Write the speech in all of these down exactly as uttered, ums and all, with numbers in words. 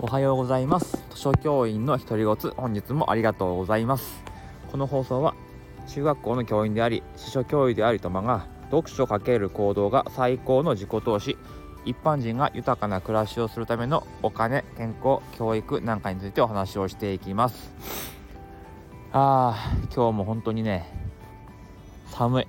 おはようございます。図書教員の独り言、本日もありがとうございます。この放送は中学校の教員であり司書教諭である友が読書×行動が最高の自己投資、一般人が豊かな暮らしをするためのお金、健康、教育なんかについてお話をしていきます。あー今日も本当にね寒い。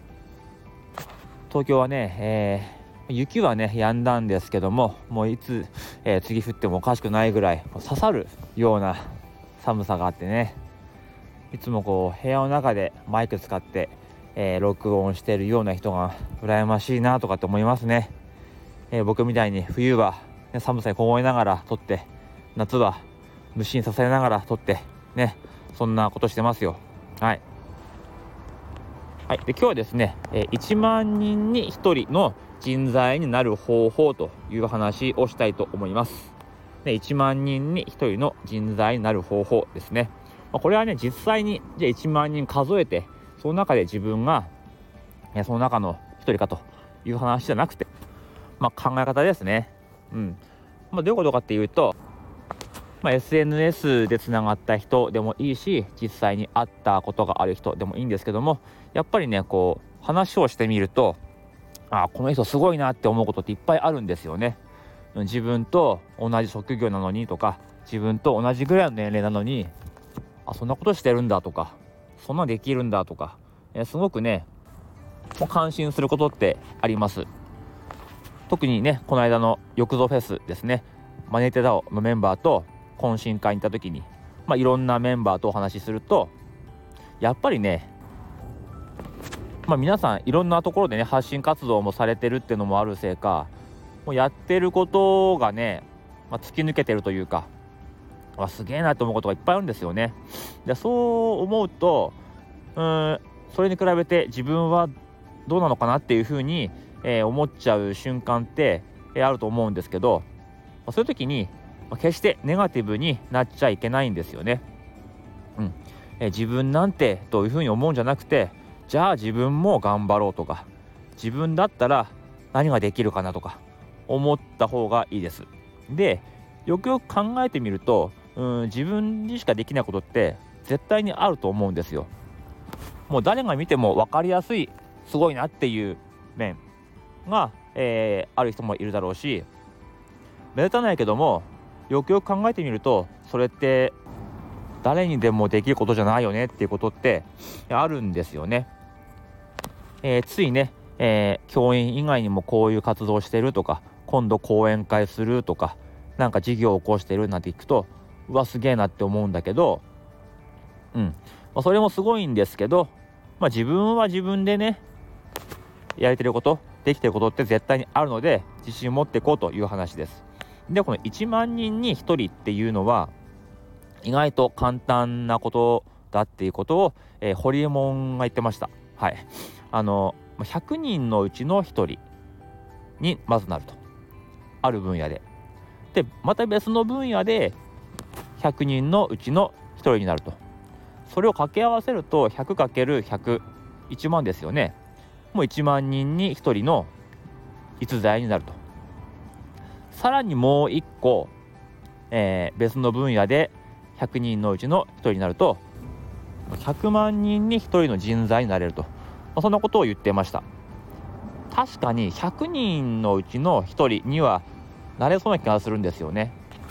東京はね、えー雪はね止んだんですけども、もういつ、えー、次降ってもおかしくないぐらい刺さるような寒さがあってね、いつもこう部屋の中でマイク使って、えー、録音しているような人が羨ましいなとかって思いますね。えー、僕みたいに冬は、ね、寒さに凍えながら撮って、夏は虫に刺されながら撮ってね、そんなことしてますよ。はいはい、で今日はですね、えー、いちまんにんにひとりの人材になる方法という話をしたいと思います。でいちまんにんにひとりの人材になる方法ですね。まあ、これはね実際にじゃあいちまんにん数えて、その中で自分がその中のひとりかという話じゃなくて、まあ、考え方ですね。うんまあ、どういうことかっていうと、まあ、エスエヌエス でつながった人でもいいし、実際に会ったことがある人でもいいんですけども、やっぱりねこう話をしてみると、あこの人すごいなって思うことっていっぱいあるんですよね。自分と同じ職業なのにとか、自分と同じぐらいの年齢なのに、あそんなことしてるんだとか、そんなできるんだとか、えすごくねもう感心することってあります。特にねこの間のよくぞフェスですね、マネテダオのメンバーと懇親会に行った時に、まあ、いろんなメンバーとお話しすると、やっぱりねまあ、皆さんいろんなところでね発信活動もされてるっていうのもあるせいか、もうやってることがね、まあ、突き抜けてるというか、あすげえなと思うことがいっぱいあるんですよね。でそう思うと、うーんそれに比べて自分はどうなのかなっていうふうに、えー、思っちゃう瞬間って、えー、あると思うんですけど、まあ、そういう時に、まあ、決してネガティブになっちゃいけないんですよね。うんえー、自分なんてというふうに思うんじゃなくて、じゃあ自分も頑張ろうとか、自分だったら何ができるかなとか思った方がいいです。でよくよく考えてみると、うん自分にしかできないことって絶対にあると思うんですよ。もう誰が見ても分かりやすいすごいなっていう面が、えー、ある人もいるだろうし、目立たないけどもよくよく考えてみると、それって誰にでもできることじゃないよねっていうことってあるんですよね。えー、ついね、えー、教員以外にもこういう活動してるとか、今度講演会するとか、なんか事業を起こしてるなんて聞くと、うわすげえなって思うんだけど、うん、まあ、それもすごいんですけど、まあ、自分は自分でねやれてること、できてることって絶対にあるので、自信を持っていこうという話です。でこのいちまんにんにひとりっていうのは意外と簡単なことだっていうことを、えー、ホリエモンが言ってました。はい、あのひゃくにんのうちのひとりにまずなると、ある分野で。でまた別の分野でひゃくにんのうちのひとりになると。それを掛け合わせると ひゃくかけるひゃく、いちまんですよね。もういちまんにんにひとりの逸材になると。さらにもういっこ、えー、別の分野でひゃくにんのうちのひとりになるとひゃくまんにんにひとりの人材になれると、まあ、そんなことを言ってました。確かにひゃくにんのうちのひとりにはなれそうな気がするんですよね。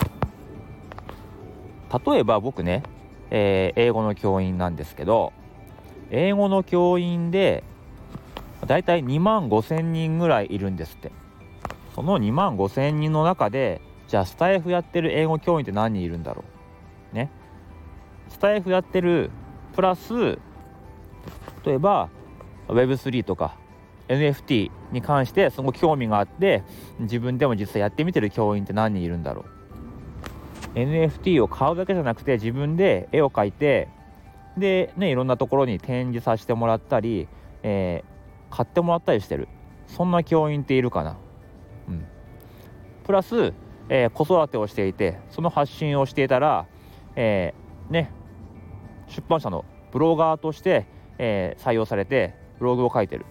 例えば僕ね、えー、英語の教員なんですけど、英語の教員でだいたいにまんごせんにんぐらいいるんですって。そのにまんごせんにんの中で、じゃあスタイフやってる英語教員って何人いるんだろうね。スタイフやってるプラス、例えば ウェブスリー とか エヌエフティー に関してすごく興味があって、自分でも実際やってみてる教員って何人いるんだろう。 エヌエフティー を買うだけじゃなくて、自分で絵を描いて、でねいろんなところに展示させてもらったり、えー、買ってもらったりしてる、そんな教員っているかな。うん、プラス、えー、子育てをしていて、その発信をしていたら、えー、ね出版社のブロガーとして、えー、採用されてブログを書いてる。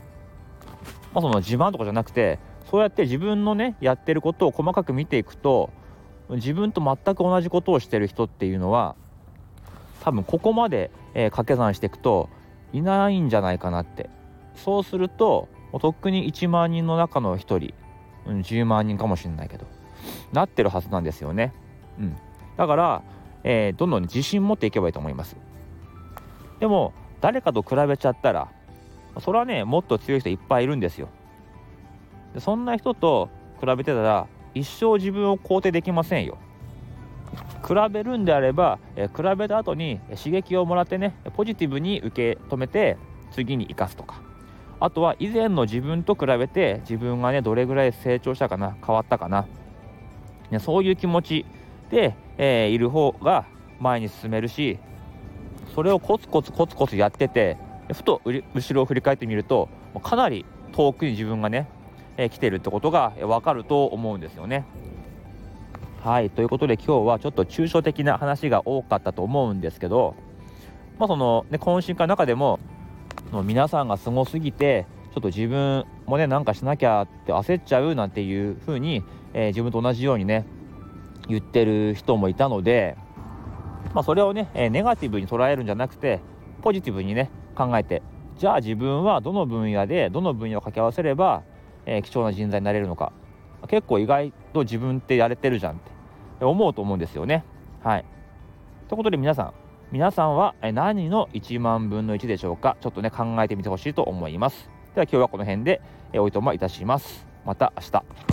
まあ、その自慢とかじゃなくて、そうやって自分のねやってることを細かく見ていくと、 自分と全く同じことをしてる人っていうのは多分ここまで、えー、掛け算していくといないんじゃないかなって。そうするととっくにいちまんにんの中のひとり、うん、じゅうまんにんかもしれないけどなってるはずなんですよね。うん、だから、えー、どんどん自信持っていけばいいと思います。でも誰かと比べちゃったらそれはねもっと強い人いっぱいいるんですよ。でそんな人と比べてたら一生自分を肯定できませんよ。比べるんであれば、えー、比べた後に刺激をもらってねポジティブに受け止めて次に生かすとか、あとは以前の自分と比べて自分がねどれぐらい成長したかな、変わったかな、ね、そういう気持ちで、えー、いる方が前に進めるし、それをコツコツコツコツやっててふと後ろを振り返ってみるとかなり遠くに自分がね、えー、来てるってことが分かると思うんですよね。はい、ということで今日はちょっと抽象的な話が多かったと思うんですけど、まあそのね懇親会の中でも皆さんがすごすぎてちょっと自分もねなんかしなきゃって焦っちゃうなんていう風に、えー、自分と同じようにね言ってる人もいたので、まあそれをね、えー、ネガティブに捉えるんじゃなくてポジティブにね考えて、じゃあ自分はどの分野でどの分野を掛け合わせれば、えー、貴重な人材になれるのか、結構意外と自分ってやれてるじゃんって思うと思うんですよね。はい。ということで皆さん皆さんは何のいちまんぶんのいちでしょうか。ちょっとね考えてみてほしいと思います。では今日はこの辺でおいとまいたします。また明日。